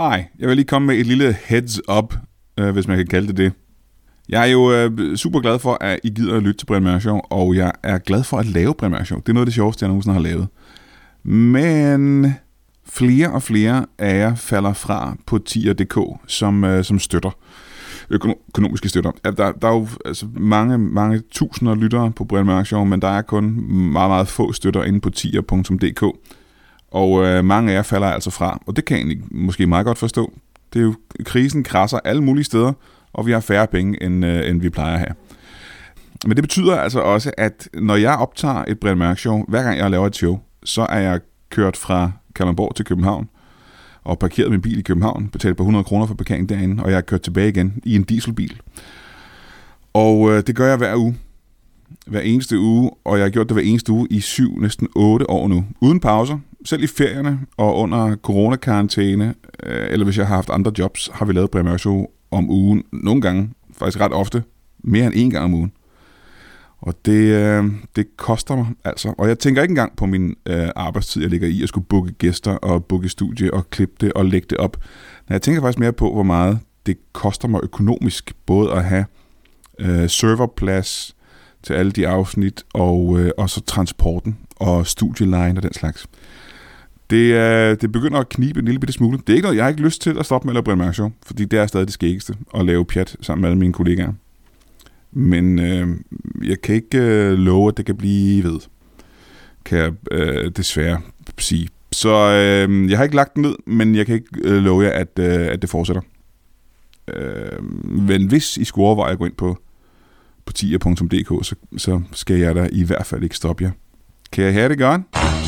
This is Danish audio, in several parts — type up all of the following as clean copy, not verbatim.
Hej, jeg vil lige komme med et lille heads up, hvis man kan kalde det det. Jeg er jo super glad for, at I gider at lytte til Brian Mørk Show, og jeg er glad for at lave Brian Mørk Show. Det er noget af det sjoveste, jeg nogensinde har lavet. Men flere og flere af jer falder fra på tier.dk, som støtter. Økonomiske støtter. Der er jo altså mange tusinder lyttere på Brian Mørk Show, men der er kun meget, meget få støtter inde på tier.dk. Og mange af jer falder altså fra, og det kan jeg egentlig måske meget godt forstå. Det er jo, krisen krasser alle mulige steder, og vi har færre penge, end vi plejer at have. Men det betyder altså også, at når jeg optager et Brian Mørk Show, hver gang jeg laver et show, så er jeg kørt fra Kalundborg til København, og parkeret min bil i København, betalt på 100 kroner for parkering derinde, og jeg er kørt tilbage igen i en dieselbil. Og det gør jeg hver uge. Hver eneste uge, og jeg har gjort det hver eneste uge i 7, næsten 8 år nu. Uden pauser, selv i ferierne og under coronakarantæne, eller hvis jeg har haft andre jobs, har vi lavet Brian Mørk Show om ugen. Nogle gange, faktisk ret ofte, mere end 1 gang om ugen. Og det koster mig altså. Og jeg tænker ikke engang på min arbejdstid, jeg ligger i at skulle booke gæster og booke studie og klippe det og lægge det op. Men jeg tænker faktisk mere på, hvor meget det koster mig økonomisk, både at have serverplads til alle de afsnit, og så transporten og studieline og den slags. Det begynder at knibe en lille bitte smule. Det er ikke noget, jeg har ikke lyst til at stoppe med at lave Brian Mørk Show, fordi det er stadig det skæggeste at lave pjat sammen med alle mine kollegaer. Men jeg kan ikke love, at det kan blive ved. Kan jeg desværre sige. Så jeg har ikke lagt den ned, men jeg kan ikke love jer, at det fortsætter. Men hvis I skulle overveje at gå ind på tier.dk, så skal jeg da i hvert fald ikke stoppe jer. Kan jeg have det godt?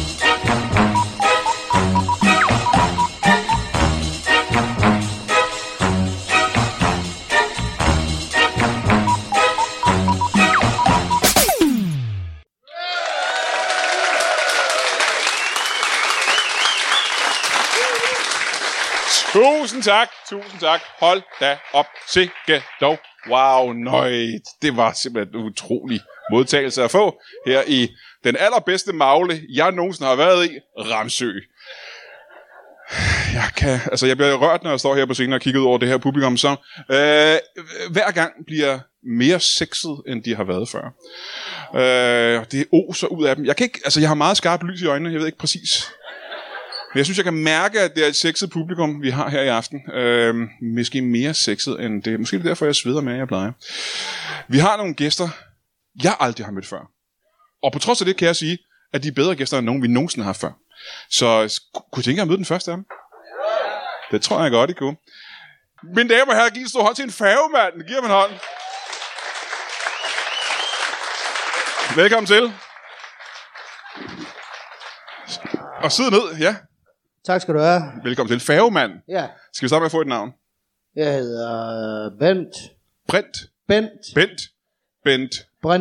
Tusind tak. Hold da op. Sikke dog. Wow, nøj. Det var simpelthen en utrolig modtagelse at få her i den allerbedste magle, jeg nogensinde har været i, Ramsø. Jeg bliver rørt, når jeg står her på scenen og kigger ud over det her publikum, så hver gang bliver mere sexet, end de har været før. Det oser ud af dem. Jeg har meget skarpt lys i øjnene, jeg ved ikke præcis. Men jeg synes, jeg kan mærke, at det er et sexet publikum, vi har her i aften. Måske mere sexet end det. Måske det er derfor, jeg sveder mere, end jeg plejer. Vi har nogle gæster, jeg aldrig har mødt før. Og på trods af det kan jeg sige, at de er bedre gæster end nogen, vi nogensinde har haft før. Så kunne I tænke jer at møde den første af dem? Det tror jeg godt, I kunne. Mine damer og herrer, giv en stor hånd til en færgemand. Giv ham en hånd. Velkommen til. Og sid ned, ja. Tak skal du have. Velkommen til. Færgemand. Ja. Skal vi starte med at få et navn? Jeg hedder Bent. Brent. Bent. Brent. Brent.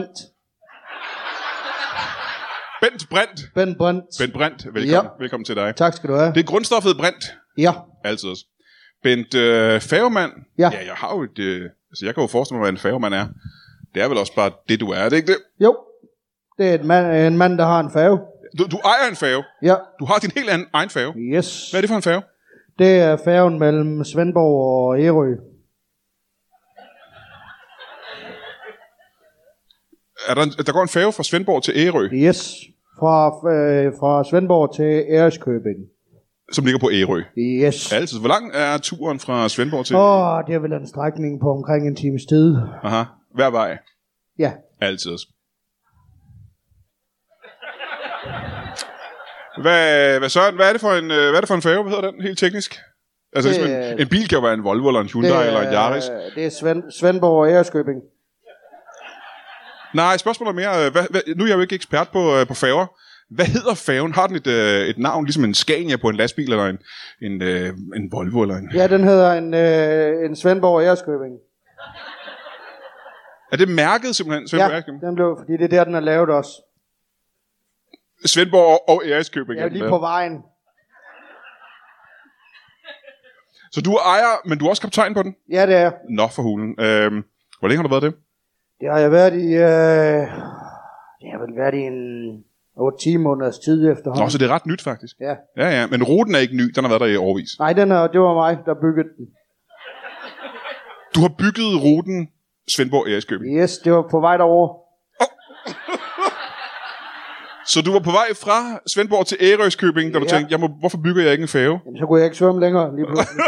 Bent Brent. Velkommen. Ja. Velkommen til dig. Tak skal du have. Det er grundstoffet brint. Ja. Altid også. Bent færgemand. Ja. Ja, jeg har jo jeg kan jo forestille mig, hvad en færgemand er. Det er vel også bare det, du er det ikke det? Jo. Det er en mand, der har en færge. Du ejer en færge? Ja. Du har din helt egen færge? Yes. Hvad er det for en færge? Det er færgen mellem Svendborg og Ærø. Der går en færge fra Svendborg til Ærø? Yes. Fra Svendborg til Ærøskøbing. Som ligger på Ærø? Yes. Altid. Hvor lang er turen fra Svendborg til? Det er vel en strækning på omkring en times tid. Aha. Hver vej? Ja. Altid. Hvad Søren, hvad er det for en færge? Hvad hedder den helt teknisk? Altså en bil kan jo være en Volvo eller en Hyundai eller en Yaris. Det er Svendborg og Ærøskøbing. Nej, spørgsmålet er mere, nu er jeg jo ikke ekspert på færger. Hvad hedder færgen? Har den et navn, ligesom en Scania på en lastbil, eller en Volvo? Eller en... Ja, den hedder en Svendborg og Ærøskøbing. Er det mærket simpelthen? Svendborg, ja, den blev, fordi det er der, den er lavet også. Svendborg og Ærøskøbing. Ja, lige på vejen. Så du er ejer, men du er også kaptajn på den? Ja, det er. Nå, for hulen. Hvor længe har du været det? Det har jeg været i... det har vel været i en over 10 måneders tid efterhånden. Nå, så det er ret nyt faktisk. Ja. Ja, men ruten er ikke ny, den har været der i årevis. Nej, det var mig, der byggede den. Du har bygget ruten Svendborg-Ærøskøbing. Yes, det var på vej derover. Så du var på vej fra Svendborg til Ærøskøbing, da du tænkte, hvorfor bygger jeg ikke en færge? Jamen, så kunne jeg ikke svømme længere lige pludselig.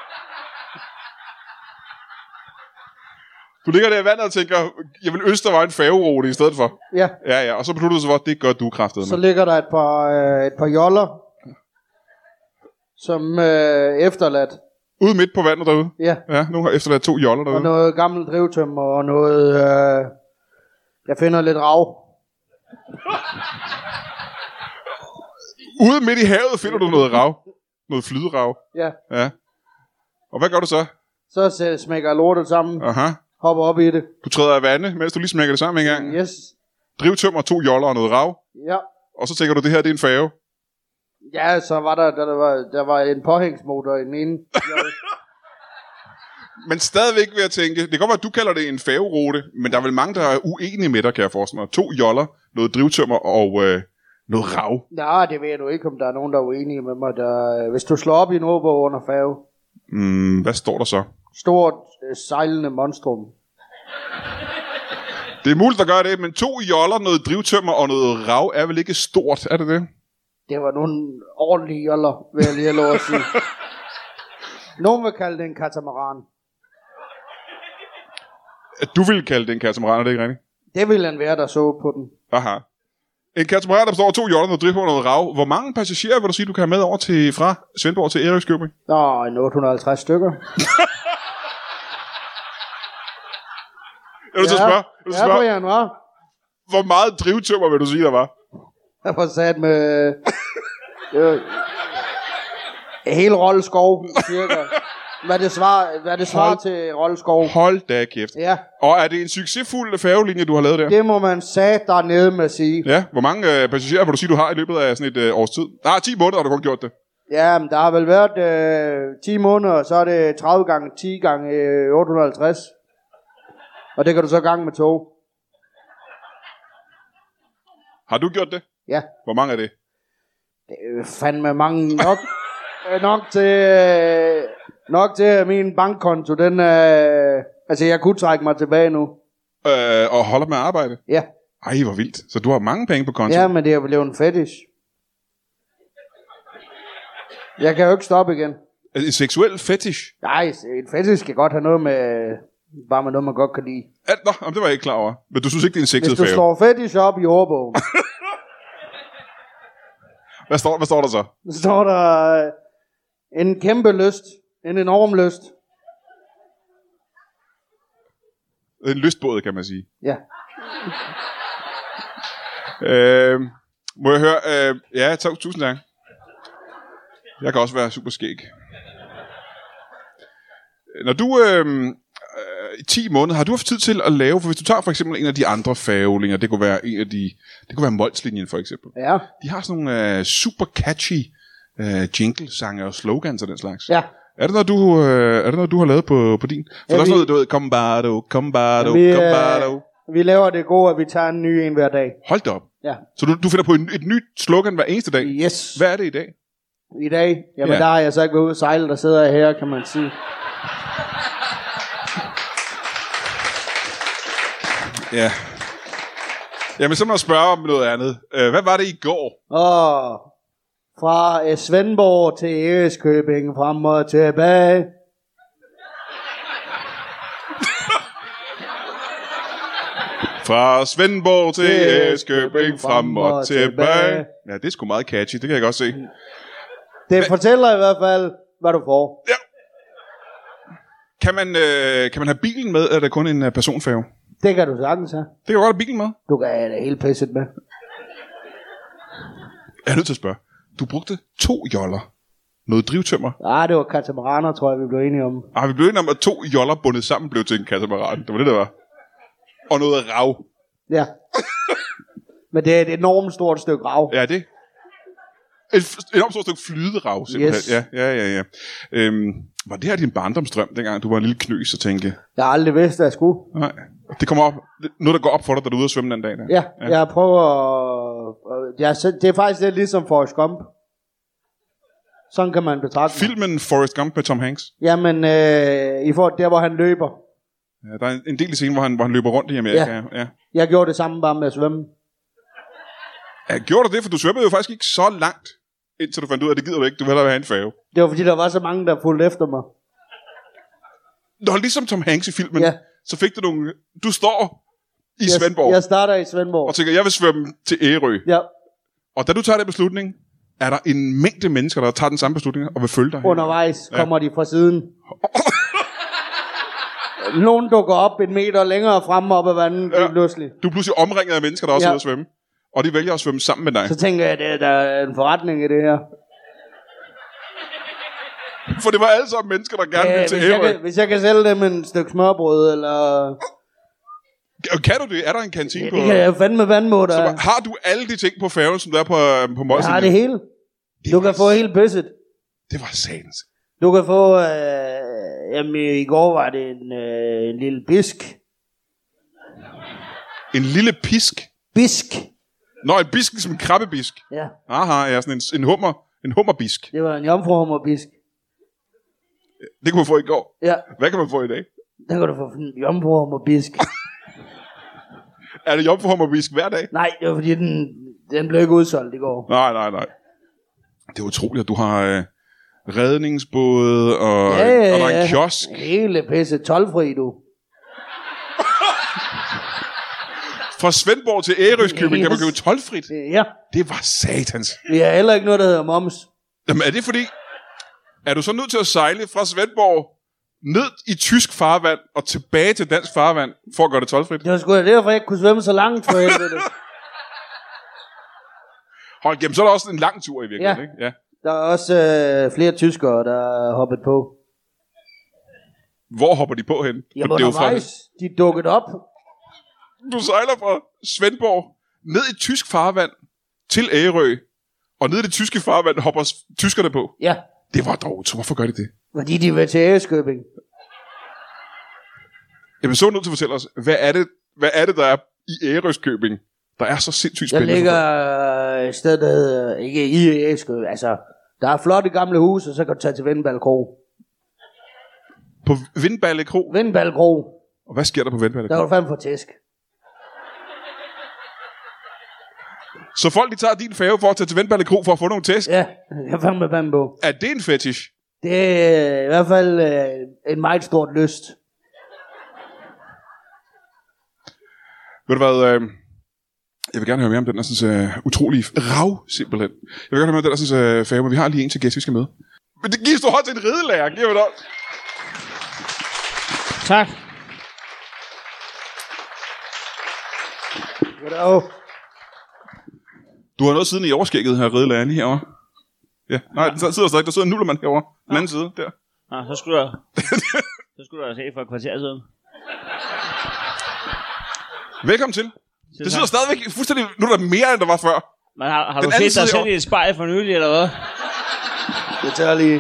Du ligger der i vandet og tænker, jeg vil ønske, der var en færgerute i stedet for. Ja. Ja, og så beslutter du sig for, det gør du kraftedeme. Så ligger der et par joller, som efterladt. Ude midt på vandet derude? Ja. Ja, nu har efterladt 2 joller derude. Og noget gammelt drivtømmer og noget... jeg finder lidt rav. Ude midt i havet finder du noget rav. Noget flyderav. Ja. Ja. Og hvad gør du så? Så smækker jeg lortet sammen. Aha. Hopper op i det. Du træder af vande, mens du lige smækker det sammen en gang. Yes. Drivtømmer, 2 joller og noget rav. Ja. Og så tænker du, det her det er en færge. Ja, så var der var en påhængsmotor i den ene. Men stadigvæk vil jeg tænke, det kan godt være, at du kalder det en færgerute, men der er vel mange, der er uenige med dig, kan jeg forestille mig. 2 joller, noget drivtømmer og noget rav. Nej, det ved du ikke, om der er nogen, der er uenige med mig. Hvis du slår op i en ordbog under færge. Hvad står der så? Stort sejlende monstrum. Det er muligt at gøre det, men 2 joller, noget drivtømmer og noget rav er vel ikke stort, er det det? Det var nogle ordentlige joller, vil jeg lige have lov at sige. Nogen vil kalde det en katamaran. Du ville kalde det en katamaran, er det ikke rigtigt? Det ville en være, der så på den. Aha. En katamaran, der består af 2 joller, noget drivtømmer og noget rav. Hvor mange passagerer vil du sige, du kan have med over fra Svendborg til Ærøskøbing? Nå, en 850 stykker. Er du til at spørge? Hvor meget drivtømmer vil du sige, der var? Jeg var sat med... hele Roldeskov, cirka. Hvad det svarer til Roldeskov. Hold da kæft. Ja. Og er det en succesfuld færgelinje, du har lavet der? Det må man sige dernede med at sige. Ja, hvor mange passagerer vil du sige, du har i løbet af sådan et års tid? 10 måneder har du kun gjort det. Ja, men der har vel været 10 måneder, så er det 30 gange 10 gange 850. Og det kan du så gange med tog. Har du gjort det? Ja. Hvor mange er det? Det er fandme mange nok. nok til min bankkonto, den altså jeg kunne trække mig tilbage nu. Og holder med arbejde? Ja. Ej, hvor vildt. Så du har mange penge på konto? Ja, men det er blevet en fetish. Jeg kan jo ikke stoppe igen. En seksuel fetish? Nej, en fetish skal godt have noget med... Bare med noget, man godt kan lide. Nå, det var jeg ikke klar over. Men du synes ikke, det er en sexet færge? Hvis du slår fetish op i ordbogen. Hvad står der så? Så står der en kæmpe lyst. En enorm lyst. En lystbåd, kan man sige. Ja. Må jeg høre? Ja, tusind tak. Jeg kan også være super skæg. Når du i 10 måneder, har du haft tid til at lave, for hvis du tager for eksempel en af de andre færgelinger, det kunne være Molslinjen for eksempel. Ja. De har sådan nogle super catchy jingle-sange og slogans og den slags. Ja. Er det noget, du har lavet på din? For der er sådan noget, du ved, Combardo. Vi laver det gode, at vi tager en ny en hver dag. Hold da op. Ja. Så du finder på et nyt slogan hver eneste dag? Yes. Hvad er det i dag? I dag? Jamen der har jeg så ikke været ude at sejle, der sidder jeg her, kan man sige. Ja. Jamen, så må jeg spørge om noget andet. Hvad var det i går? Fra Svendborg til Ærøskøbing, frem og tilbage. Fra Svendborg til Ærøskøbing, frem og tilbage. Ja, det er sgu meget catchy, det kan jeg godt se. Det fortæller i hvert fald, hvad du får. Ja. Kan man have bilen med, eller er det kun en personfærge? Det kan du sagtens have. Det kan du godt have bilen med? Du kan have det helt pisset med. Jeg er nødt til at spørge. Du brugte 2 joller. Noget drivtømmer. Det var katamaraner, tror jeg, vi blev enige om. Vi blev enige om, at 2 joller bundet sammen blev til en katamaran. Det var det, der var. Og noget rav. Ja. Men det er et enormt stort stykke rav. Ja, det. Et enormt stort stykke flyderav, simpelthen. Yes. Ja. Var det her din barndomsdrøm, dengang du var en lille knøs og tænkte? Jeg har aldrig vidst, at jeg skulle. Nej. Det kommer op. Noget, der går op for dig, da du er ude og svømme den dag. Der. Ja, jeg prøver det er faktisk lidt ligesom Forrest Gump. Sådan kan man betragte Filmen Forrest Gump med Tom Hanks. Jamen, i forhold der, hvor han løber. Ja, der er en del i scenen, hvor han løber rundt i Amerika. Ja. Jeg gjorde det samme bare med at svømme. Ja, gjorde du det? For du svømmede jo faktisk ikke så langt, indtil du fandt ud af, at det gider du ikke. Du vil hellere have en færge. Det var fordi, der var så mange, der fulgte efter mig. Nå, ligesom Tom Hanks i filmen, så fik du nogle... Du står i Svendborg. Jeg starter i Svendborg. Og tænker, jeg vil svømme til Ærø. Ja. Og da du tager den beslutning, er der en mængde mennesker, der tager den samme beslutning og vil følge dig. Undervejs kommer de fra siden. Nogen dukker op 1 meter længere fremme op ad vandet. Ja. Pludselig. Du er pludselig omringet af mennesker, der også er ude at svømme. Og de vælger at svømme sammen med dig. Så tænker jeg, at der er en forretning i det her. For det var alle sammen mennesker, der gerne ville til Ærø. Hvis jeg kan sælge dem en stykke smørbrød, eller... Kan du det? Er der en kantine på? Det kan jeg fandme vandmål. Har du alle de ting på færgen, som der er på Mols? Jeg har det hele. Du kan få helt pisset. Det var satans. Du kan få... jamen, i går var det en lille bisk. En lille pisk? Bisk. Nå, en bisk som en krabbebisk. Ja. Aha, ja, sådan en hummerbisk. Det var en jomfruhummerbisk. Det kunne man få i går. Ja. Hvad kan man få i dag? Der kan du få en jomfruhummerbisk. Er det jomfruhummerbisk hver dag? Nej, det var fordi den blev ikke udsolgt i går. Nej. Det er utroligt, at du har redningsbåde og, og der er en kiosk. Hele pisse tolvfri, du. Fra Svendborg til Ærøskøbing kan man købe toldfrit. Ja. Det var satans. Vi har heller ikke noget, der hedder moms. Jamen er det fordi, er du så nødt til at sejle fra Svendborg ned i tysk farvand og tilbage til dansk farvand for at gøre det toldfrit? Det var sgu da derfor, jeg ikke kunne svømme så langt for helvede. Hold gennem, så er der også en lang tur i virkeligheden, ikke? Ja. Der er også flere tyskere, der er hoppet på. Hvor hopper de på hen? Jamen undervejs, de dukket op. Du sejler fra Svendborg ned i tysk farvand til Ærø, og ned i det tyske farvand hopper tyskerne på. Ja. Det var dog utroligt. Hvorfor gør de det? Fordi de vil til Ærøskøbing. Jamen så er du nødt til at fortælle os, hvad er det, der er i Ærøskøbing, der er så sindssygt spændende? Der ligger et sted, der hedder, ikke i Ærøskøbing, altså, der er flotte gamle huse, og så kan du tage til Vindballe Kro. På Vindballe Kro? Vindballe Kro. Og hvad sker der på Vindballe Kro? Der var fandme for tæsk. Så folk, de tager din færge for at tage til Vindballe Kro for at få nogle tæsk? Ja, jeg fandme fandme på. Er det en fetish? Det er i hvert fald en meget stort lyst. Ved du hvad, jeg vil gerne høre mere om den der sådan, utrolige rav, simpelthen. Jeg vil gerne høre mere om den der sådan, færge, men vi har lige en til gæst, vi skal med. Men det giver stå hånd til en ridelærer, giver vi det. Tak. Goddag. Du har noget siden i overskægget her, ridelærer, lige herovre. Ja, nej, den sidder stadig. Der sidder en nullermand herovre. Den anden side, der. Så skulle du have set for et kvarter siden. Velkommen til. Det sidder stadigvæk fuldstændig... Nu er der mere, end der var før. Men har du set dig selv i et spejl for nylig, eller hvad? Det tager lige...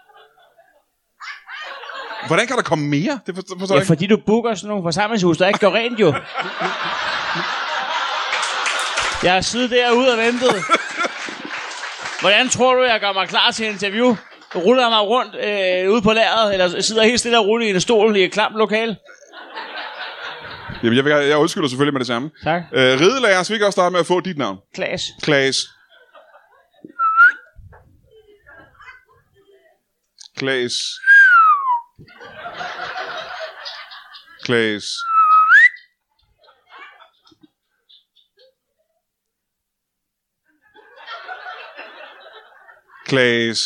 Hvordan kan der komme mere? Det forstår jeg ikke. Fordi du booker sådan nogle forsamlingshus, der ikke gør rent jo. Jeg har siddet derude og ventet. Hvordan tror du, jeg gør mig klar til interview? Ruller jeg mig rundt ude på lageret, eller sidder helt stille og roligt i en stol i et klamt lokale? Jamen, jeg undskylder selvfølgelig med det samme. Tak. Ridelærer, så vi kan også starte med at få dit navn. Klaas. Klaas. Klaas. Klaas. Klaas.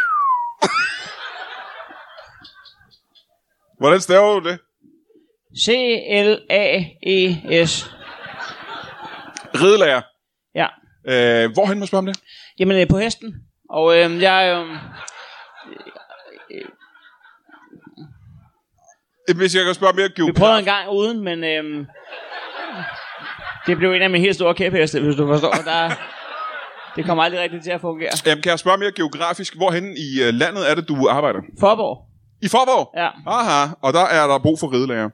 Hvordan staver du det? C-L-A-E-S. Ridelærer. Ja. Hvorhen må jeg spørge om det? Jamen, på hesten. Og jeg... Hvis jeg kan spørge mere geografisk. Vi prøvede en gang uden, men... det blev en af mine helt store kæpheste, hvis du forstår. Det kommer aldrig rigtigt til at fungere. Jamen, kan jeg spørge mere geografisk? Hvorhen i landet er det, du arbejder? Forborg. I Forborg? Ja. Aha, og der er der brug for ridelærer.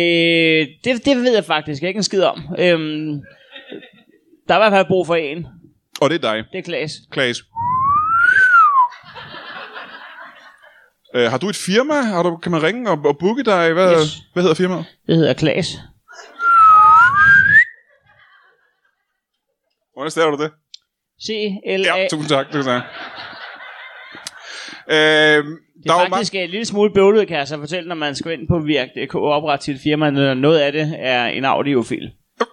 Det ved jeg faktisk ikke en skid om. Der er i hvert fald brug for en. Og det er dig. Det er Klaas. Klaas. Har du et firma? Kan man ringe og booke dig? Hvad hedder firmaet? Det hedder Klaas. Hvordan staver du det? C-L-A. Ja, tusind tak. Det er faktisk en lille smule bøvlet, kan jeg så fortælle, når man skal ind på Virk.dk og oprette sit firma. Noget af det er en audiofil.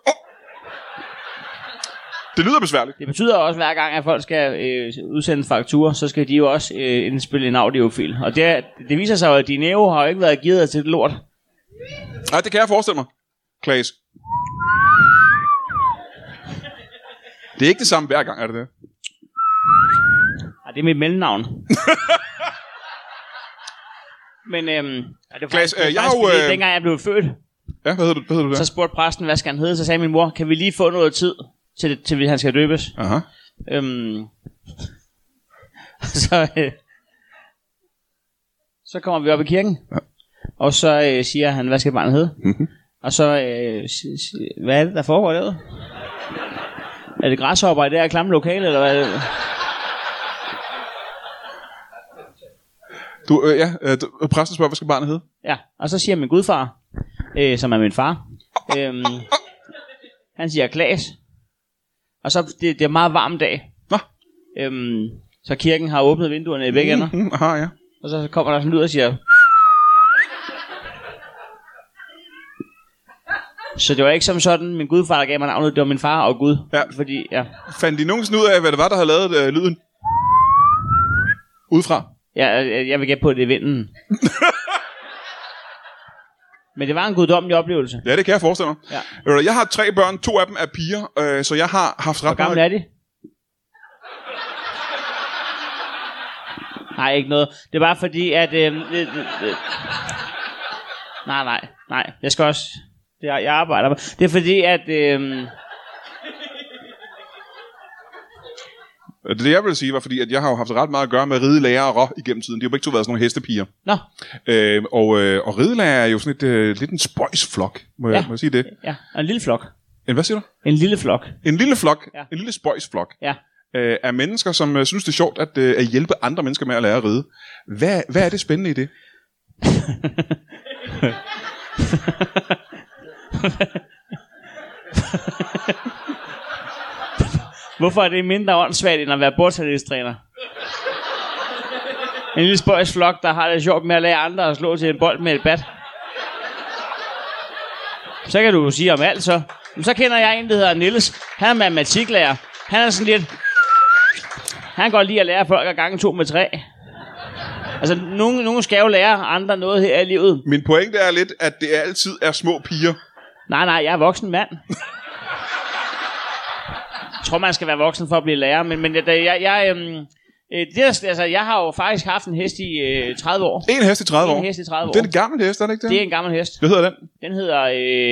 Det lyder besværligt. Det betyder også, hver gang, at folk skal udsende fakturer, så skal de jo også indspille en audiofil. Og det viser sig jo, at Dineo har jo ikke været givet til det lort. Nej, det kan jeg forestille mig, Klaas. Det er ikke det samme hver gang, er det det? Nej, det er mit mellemnavn. Men det var Klaas, faktisk, jeg har jo... dengang jeg blev født, ja, hvad hedder du der? så spurgte præsten, hvad skal han hedde? Så sagde min mor, kan vi lige få noget tid, til han skal døbes? Aha. Så kommer vi op i kirken, ja. Og så siger han, hvad skal barnet hedde? Mm-hmm. Og så, hvad er det, der foregår derude? Er det græshopper i det her klamme lokale, eller hvad er det? Præsten spørger, hvad skal barnet hedde? Ja, og så siger min gudfar, som er min far, han siger Klaas. Og så, det er meget varm dag. Nå. Så kirken har åbnet vinduerne i begge ender. Aha, ja. Og så kommer der sådan en lyd og siger... Så det var ikke som sådan, min gudfar, der gav mig navnet. Det var min far og Gud. Ja. Fordi, ja. Fandt de nogensinde ud af, hvad det var, der havde lavet lyden? Udefra? Ja, jeg vil gætte på, at det er vinden. Men det var en guddommelig oplevelse. Ja, det kan jeg forestille mig. Ja. Jeg har 3 børn, 2 af dem er piger, så jeg har haft ret. Hvor gamle er de? Nej, ikke noget. Det er bare fordi, at... Nej. Jeg skal også... Jeg arbejder med. Det er fordi, at... Det jeg ville sige var fordi, at jeg har jo haft ret meget at gøre med ridelærere igennem tiden. De har jo begge to været sådan nogle hestepiger. Nå. Og ridelærer er jo sådan lidt en spøjsflok, må jeg sige det? Ja, en lille flok. Hvad siger du? En lille flok. En lille flok? Ja. En lille spøjsflok? Ja. Af mennesker, som synes, det er sjovt at hjælpe andre mennesker med at lære at ride. Hvad er det spændende i det? Hvorfor er det mindre åndssvagt, end at være bordtennis-træner? En lille spøjsflok, der har det sjovt med at lære andre at slå til en bold med et bat. Så kan du jo sige om alt så. Men så kender jeg en, der hedder Niels. Han er matematiklærer. Han er sådan lidt... Han kan godt lide at lære folk at gange 2 med 3. Altså, nogen skal jo lære andre noget her i livet. Min pointe er lidt, at det altid er små piger. Nej, jeg er voksen mand. Jeg tror, man skal være voksen for at blive lærer. Men jeg har jo faktisk haft en hest i 30 år. En hest i 30 år? En hest i 30 år. Det er en gammel hest, er det ikke det? Det er en gammel hest. Hvad hedder den? Den hedder...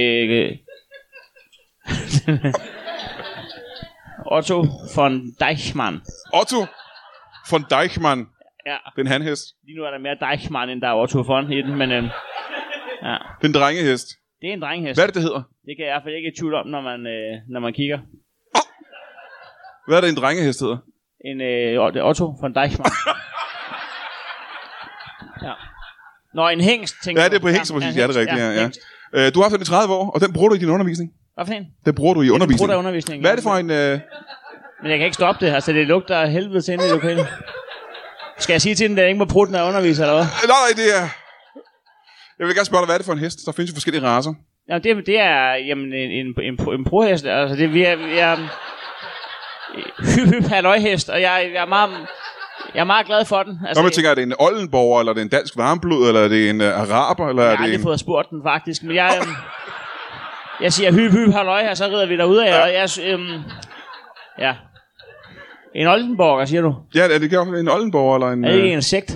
Otto von Deichmann. Otto von Deichmann. Ja. Den hanhest. Lige nu er der mere Deichmann, end der er Otto von i den, men... ja. Den drengehest. Det er en drengehest. Hvad er det hedder? Det kan jeg i hvert fald ikke tvivl om, når man kigger. Hvad er det, en drengehest hedder? Otto von Deichmann. Ja. Nå, en hængst, tænker du. Ja, det er på hængst, præcis. Ja, det er rigtigt. Ja. Du har haft den i 30 år, og den bruger du i din undervisning. Hvad for en? Den bruger du i undervisning. Bruger undervisning. Hvad er det for en... Men jeg kan ikke stoppe det. Altså, det lugter af helvede til inde i lokalet. Skal jeg sige til den, at jeg ikke må prutte, når jeg underviser, eller hvad? Nej, det er... Jeg vil gerne spørge dig, hvad er det for en hest? Der findes jo forskellige racer. Ja, det er jamen, en prohest. Altså, vi er halløjhest, og jeg er meget glad for den. Altså, jeg tænker, er det en Oldenborger, eller er det en dansk varmblod, eller er det en araber, eller jeg er har det aldrig fået spurgt den, faktisk. Men jeg siger halløj, og så rider vi derudad, ja. Og jeg... ja. En Oldenborger, siger du? Ja, er det en Oldenborger, eller en... Er det ikke en sekt?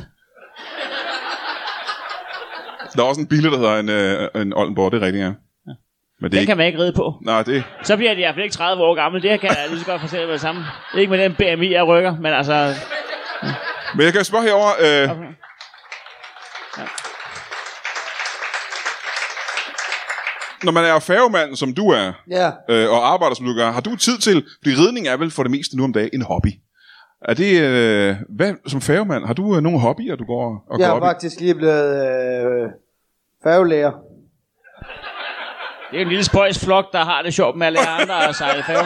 Der er også en bille, der hedder en Oldenborg, det er rigtigt, ja. Men det den kan man ikke ride på. Nej, det... Så bliver de i hvert fald ikke 30 år gamle. Det kan jeg lige så godt fortælle med det samme. Ikke med den BMI, jeg rykker, men altså... Ja. Men jeg kan spørge herover. Okay. Ja. når man er færgemand, som du er, Ja. og arbejder, som du gør, har du tid til, fordi ridning er vel for det meste nu om dagen en hobby. Er det, hvad, som færgemand, har du nogle hobbyer, du går og Jeg går er op i? faktisk lige blevet færgelærer. Det er en lille spøjsflok, der har det sjovt med at lære andre at sejle færge.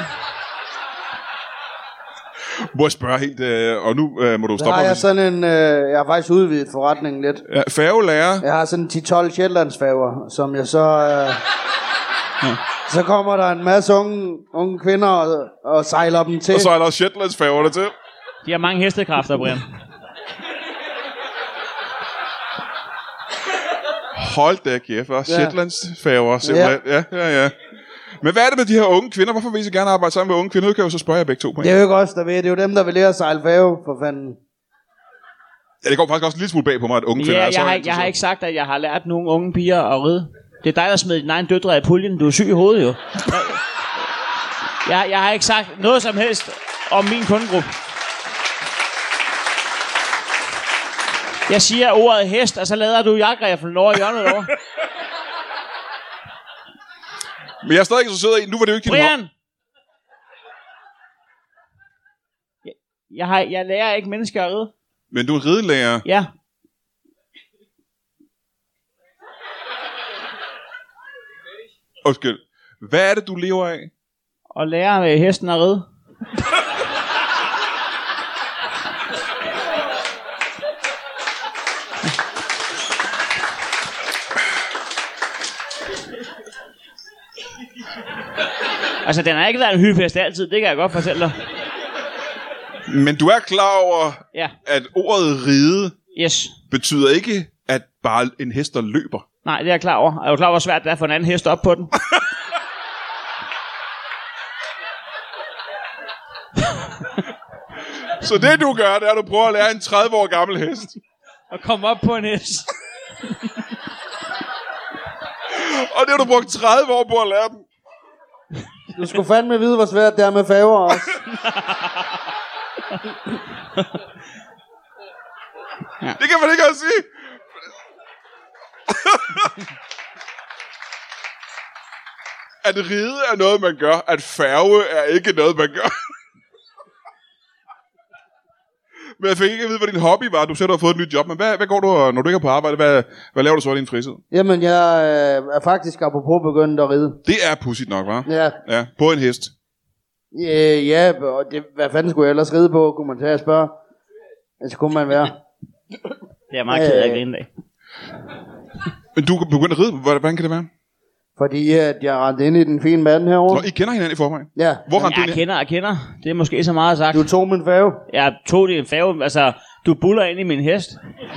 Må jeg spørge helt, og nu må du Så stoppe har mig. jeg sådan en, jeg har faktisk udvidet forretningen lidt. Ja, færgelærer. Jeg har sådan 10-12 Shetlandsfærger, som jeg så... Så kommer der en masse unge kvinder og sejler dem til. Og så er der Shetlandsfærgerne til. De har mange hestekræfter, Brian. Hold da kæft, og Shetlandsfærger simpelthen. Ja. Men hvad er det med de her unge kvinder? Hvorfor vil I så gerne arbejde sammen med unge kvinder? Det kan jeg jo så spørge jer begge to på. Det er jo ikke os, der ved. Det er jo dem, der vil lære at sejle færge, for fanden. Ja, det går faktisk også en lille smule bag på mig, at unge kvinder Ja, er så jeg har ikke sagt, at jeg har lært nogle unge piger at ride. Det er dig, der smed dine egne døtre i puljen. Du er syg i hovedet, jo. Jeg har ikke sagt noget som helst om min kundegruppe. Jeg siger ordet hest, og så lader du jagtriflen over i hjørnet over. Men jeg er stadig interesseret i, nu var det jo ikke din Brian! Jeg lærer ikke mennesker at ride. Men du er en ridelærer. Ja. Undskyld. Hvad er det, du lever af? Og lærer hesten at ride. Altså, den har ikke været en hyldefest altid, det kan jeg godt fortælle dig. Men du er klar over, Ja. at ordet ride Yes. betyder ikke, at bare en hest, der løber. Nej, det er jeg klar over. Er du klar over, hvor svært det er for en anden hest op på den? Så det du gør, det er, at du prøver at lære en 30 år gammel hest. At komme op på en hest. Og det har du brugt 30 år på at lære dem. Du skulle fandme vide, hvor svært det er med færger også. Det kan man ikke også sige. At ride er noget, man gør. At færge er ikke noget, man gør. Men jeg fik ikke at vide, hvad din hobby var. Du selv har fået et nyt job. Men hvad går du, når du ikke er på arbejde? Hvad laver du så i din fritid? Jamen, jeg er faktisk apropos begyndt at ride. Det er pudsigt nok, hva'? Ja. Ja, på en hest. Ja, og det, hvad fanden skulle jeg ellers ride på, kunne man tage og spørge. Altså, kunne man være. Det er jeg meget ked af at grine af. Men du er begyndt at ride. Hvordan kan det være? Fordi at jeg rendte ind i den fine mand herovre. Nå, I kender hinanden i forvejen. Ja. Hvor rendte du ind? Jeg kender. Det er måske så meget sagt. Du tog min færge. Jeg tog det en færge. Altså, du buller ind i min hest.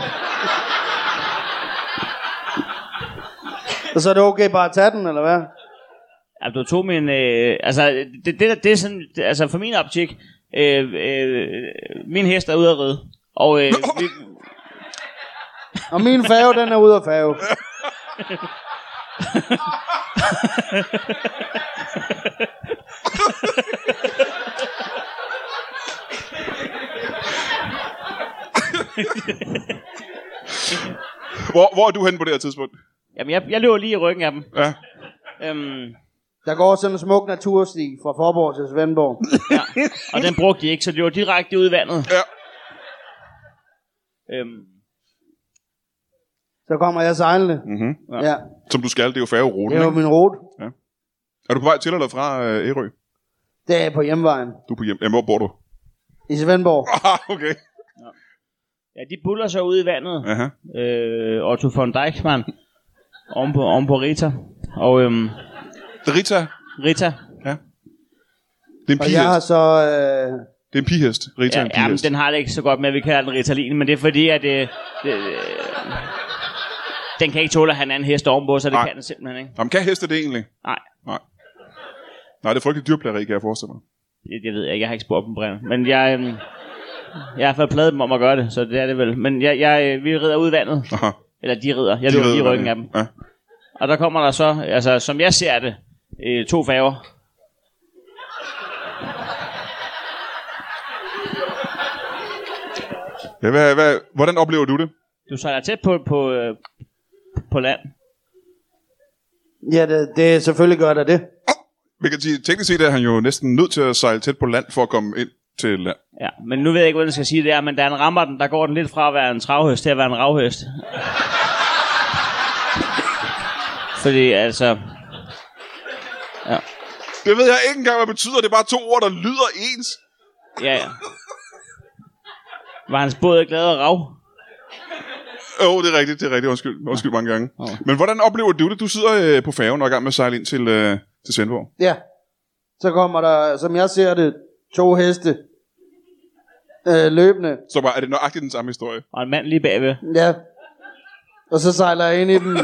Og så er det okay bare at tage den, eller hvad? Ja, du tog min... altså, det er sådan... Altså, for min optik... min hest er ude at ride. Og... Og min færge, den er ude af færge. Hvor er du henne på det her tidspunkt? Jamen, jeg løber lige i ryggen af dem. Ja. Der går sådan en smuk natursti fra Forborg til Svendborg. Ja. Og den brugte de ikke, så det var direkte ud i vandet. Ja. Så kommer jeg sejlende. Mm-hmm. Ja. Som du skal, det er jo færgeruten, Det var ikke? min rute. Ja. Er du på vej til eller fra Ærø? Det er på hjemvejen. Du er på hjem. Jamen, hvor bor du? I Svendborg. Okay. Ja, de buller så ud i vandet. Aha. Otto von Deichmann. Om på Rita. Og Rita. Rita. Ja. Det er en Og jeg har pigehest. så... Det er en pigehest. Rita er en Ja, men pigehest. den har det ikke så godt med, at vi kalder den Ritalin, men det er fordi, at den kan ikke tåle at have en anden hest ovenpå, så det Nej. kan den simpelthen ikke. Jamen, kan heste det egentlig? Nej, Nej, det er frygteligt dyrplageri, kan jeg forestille mig. det ved jeg ikke. Jeg har ikke spurgt dem, Brian. Men jeg har i hvert fald pladet dem om at gøre det, så det er det vel. Men vi rider ud i vandet. Aha. Eller de rider. Jeg løber lige i ryggen af dem. Ja. Og der kommer der så, altså som jeg ser det, 2 færger. Ja, hvordan oplever du det? Du sejler tæt på land. Ja, det selvfølgelig gør der det. Vi kan sige, teknisk set er han jo næsten nødt til at sejle tæt på land for at komme ind til land. Ja, men nu ved jeg ikke, hvordan jeg skal sige det er, men da han rammer den, der går den lidt fra at være en travhøst til at være en ravhøst. Fordi altså... Ja. Det ved jeg ikke engang, hvad det betyder. Det er bare 2 ord, der lyder ens. Ja. Var hans båd glad og rav? Det er rigtigt. Undskyld mange gange. Men hvordan oplever du det? Du sidder på færgen og er i gang med at sejle ind til Svendborg. Ja. Så kommer der, som jeg ser det, 2 heste løbende. Så bare, er det nøjagtigt den samme historie? Og en mand lige bagved. Ja. Og så sejler jeg ind i dem.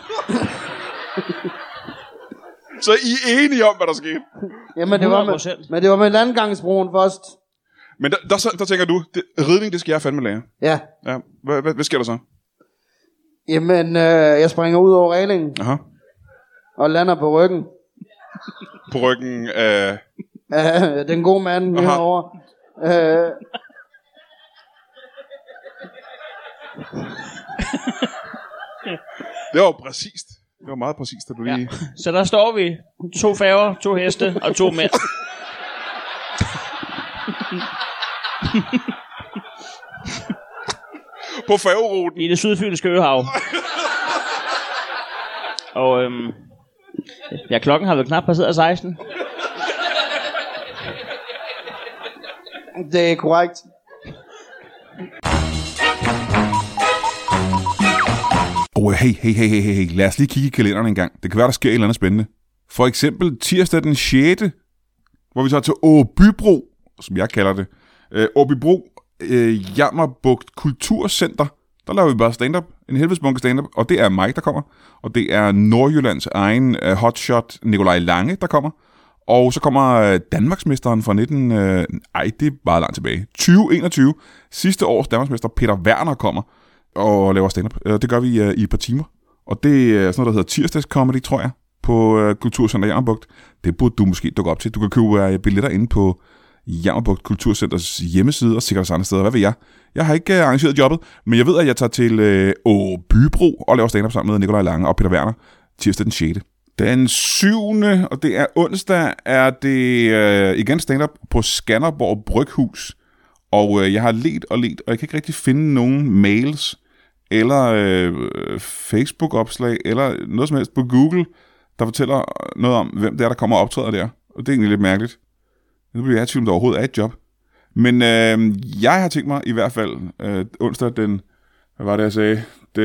Så I er enige om, hvad der skete? Jamen, det var med landgangsbroen først. Men der tænker du, ridning, det skal jeg fandme lære. Ja. Hvad sker der så? Jamen, jeg springer ud over reglingen. Aha. Og lander på ryggen. På ryggen af... Den gode mand herovre. Det var præcist. Det var meget præcist, at du lige... Ja. Så der står vi. 2 færger, 2 heste og 2 mænd. På færgeruten. I det sydfynske øhav. Og ja, klokken har vel knap passeret 16. Det er korrekt. Hey. Lad os lige kigge i kalenderen en gang. Det kan være, der sker et eller andet spændende. For eksempel tirsdag den 6., hvor vi tager til Åbybro, som jeg kalder det. Åbybro, Jammerbugt Kulturcenter. Der laver vi bare stand-up. En helvedesbunke stand-up. Og det er mig, der kommer. Og det er Nordjyllands egen hotshot Nikolaj Lange, der kommer. Og så kommer Danmarksmesteren fra det er bare langt tilbage. 2021. Sidste års Danmarksmester Peter Werner kommer og laver stand-up. Det gør vi i et par timer. Og det er sådan noget, der hedder tirsdags comedy, tror jeg, på Kulturcenter Jammerbugt. Det burde du måske dukke op til. Du kan købe billetter inde på Jammerbugt Kulturcenters hjemmeside og sikkert også andre steder. Hvad ved jeg? Jeg har ikke arrangeret jobbet, men jeg ved, at jeg tager til Åbybro og laver stand-up sammen med Nikolaj Lange og Peter Werner tirsdag den 6. Den 7. og det er onsdag, er det igen stand-up på Skanderborg Bryghus. Og jeg har ledt, og jeg kan ikke rigtig finde nogen mails eller Facebook-opslag eller noget som helst på Google, der fortæller noget om, hvem det er, der kommer og optræder der. Og det er egentlig lidt mærkeligt. Nu bliver jeg i tvivl, om der overhovedet er et job. Men jeg har tænkt mig i hvert fald onsdag den, hvad var det jeg sagde,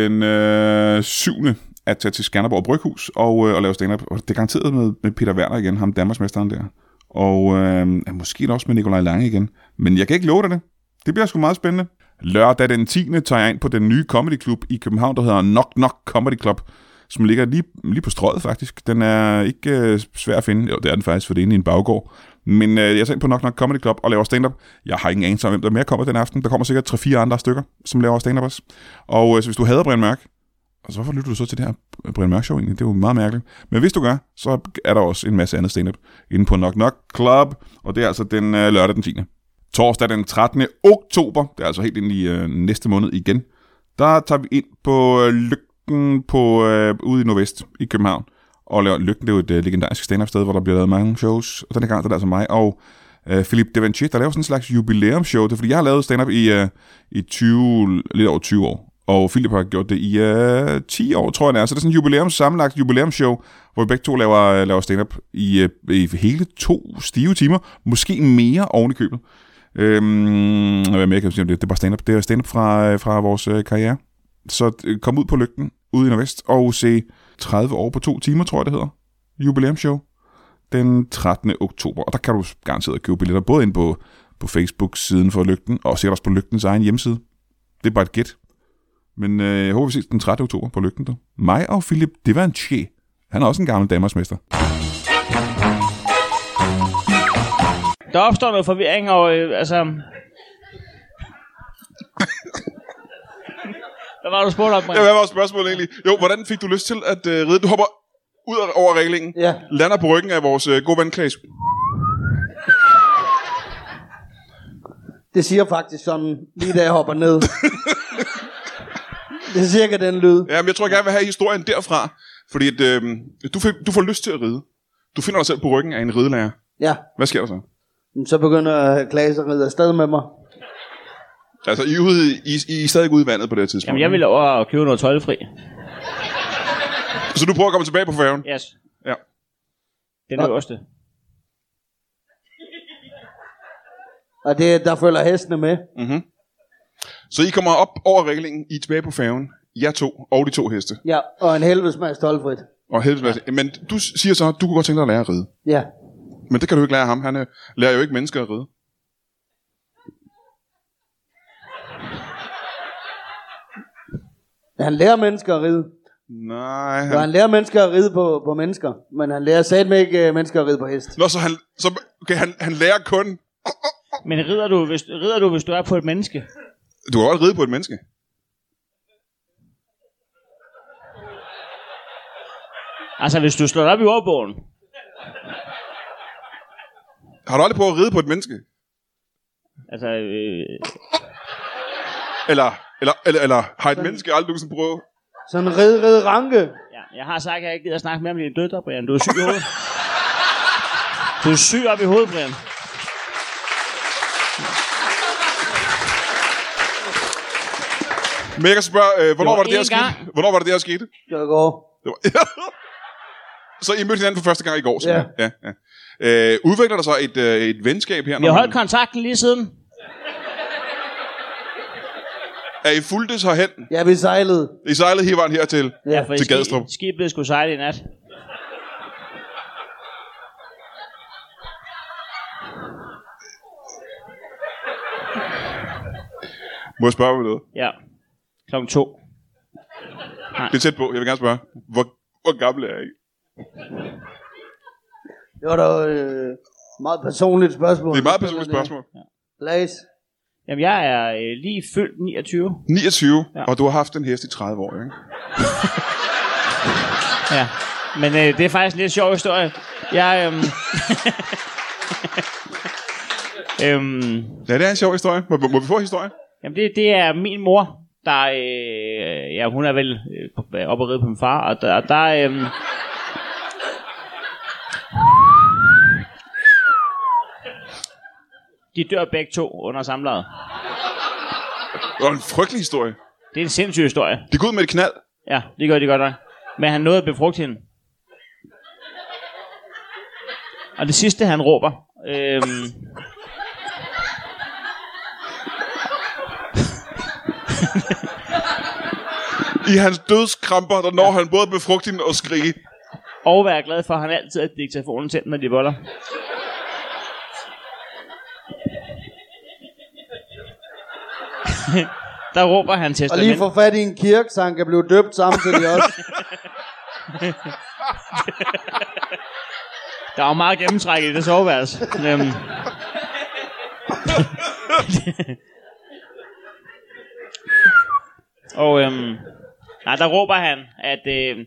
den 7. at tage til Skanderborg Bryghus og lave stand-up. Og det er garanteret med Peter Werner igen, ham Danmarksmesteren der. Og måske også med Nikolaj Lange igen. Men jeg kan ikke love dig det. Det bliver sgu meget spændende. Lørdag den 10. tager jeg ind på den nye comedy club i København, der hedder Knock Knock Comedy Club, som ligger lige på Strøget faktisk. Den er ikke svær at finde. Jo, det er den faktisk, for det er inde i en baggård. Men jeg tager ind på Knock Knock Comedy Club og laver stand-up. Jeg har ingen anelse om, hvem der mere kommer den aften. Der kommer sikkert 3-4 andre stykker, som laver stand-up også. Og så hvis du hader Brian Mørk, altså hvorfor lytter du så til det her Brian Mørk show egentlig? Det er jo meget mærkeligt. Men hvis du gør, så er der også en masse andet stand-up inde på Knock Knock Club. Og det er altså den lørdag den 10. Torsdag den 13. oktober, det er altså helt ind i næste måned igen, der tager vi ind på Lygten ude i Nordvest i København. Og Lygten, det er jo et legendarisk stand-up sted, hvor der bliver lavet mange shows. Og denne gang der er altså mig og Philippe Devanchier, der laver sådan en slags jubilæumsshow. Det er fordi, jeg har lavet stand-up i 20, lidt over 20 år. Og Philip har gjort det i 10 år, tror jeg det er. Så det er sådan en sammenlagt jubilæumsshow, hvor vi begge to laver stand-up i hele 2 stive timer. Måske mere oven i købet. Hvad mere kan jeg sige om det? Det er bare stand-up. Det er stand-up fra vores karriere. Så kom ud på Lygten, ude i Nordvest, og se 30 år på 2 timer, tror jeg det hedder. Jubilæumsshow. Den 13. oktober. Og der kan du garanteret købe billetter, både ind på Facebook-siden for Lygten, og sikkert også på Lygtens egen hjemmeside. Det er bare et gæt. Men jeg håber, vi ses den 13. oktober på Lygten. Der. Mig og Philip Devanchier. Han er også en gammel Danmarksmester. Der opstår noget forvirring, og altså... Hvad var du spurgt om, Brian? Ja, hvad var spørgsmålet egentlig? Jo, hvordan fik du lyst til at ride? Du hopper ud over reglingen. Ja. Lander på ryggen af vores gode ven Klaas. Det siger faktisk sådan, lige da jeg hopper ned. Det er cirka den lyd. Ja, men jeg tror, jeg gerne vil have historien derfra. Fordi at, du får lyst til at ride. Du finder dig selv på ryggen af en ridelærer. Ja. Hvad sker der så? Så begynder Klaas at ride afsted med mig. Altså, I er stadig ude i vandet på det tidspunkt. Jamen, jeg vil over at købe noget toldfri. Så du prøver at komme tilbage på færgen? Yes. Ja. Den øverste. Og der følger hestene med. Mm-hmm. Så I kommer op over reglingen, I er tilbage på færgen, jer to og de 2 heste. Ja, og en helvedesmads toldfrit. Og helvedes. Men du siger så, at du kunne godt tænke dig at lære at ride. Ja. Men det kan du ikke lære ham. Han lærer jo ikke mennesker at ride. Han lærer mennesker at ride. Nej. Han lærer mennesker at ride på mennesker. Men han lærer satme ikke mennesker at ride på hest. Nå, så han lærer kun... Men rider du, hvis du er på et menneske? Du kan godt ride på et menneske. Altså, hvis du slår op i ordbogen. Har du aldrig prøvet at ride på et menneske? Altså, Eller har et menneske aldrig nogensinde prøvet? Sådan en rid ranke. ja, jeg har sagt, at jeg ikke gider at snakke mere om dine døtre, Brian. Du er syg i hovedet. Du er syg op i hovedet, Brian. Men jeg kan spørge, hvornår var det, der skete? Det var i går. Så I mødte hinanden for første gang i går? Så. Ja. Udvikler der så et venskab her? Vi har holdt kontakten lige siden. Er I fulgtes herhen? Ja, vi sejlede. I sejlede hele vejen hertil? Ja, for til Gadstrup? Skibet skulle sejle i nat. Må jeg spørge noget? Ja. 2:00. Det er tæt på. Jeg vil gerne spørge. Hvor gammel er I? Det var da meget personligt spørgsmål. Det er et meget personligt spørgsmål. Klaas. Jamen, jeg er lige fyldt 29. 29, ja. Og du har haft en hest i 30 år, ikke? Ja, men det er faktisk en lidt sjov historie. Jeg... Ja, det er en sjov historie. Må vi få historie? Jamen, det er min mor, der... ja, hun er vel oppe og ride på min far, og der de dør begge to under samlejet. Det var en frygtelig historie. Det er en sindssyg historie. De går ud med et knald. Ja, det gør de godt nok. Men han nåede at befrugte hende. Og det sidste, han råber... I hans dødskramper, der når han både befrugte hende og skrige. Og være glad for, at han altid har diktafonen tændt, når de boller. Der råber han testament. Og lige få fat i en kirke, så han kan blive døbt samtidig også. Der var meget gennemtræk i det soveværelse. Og der råber han, at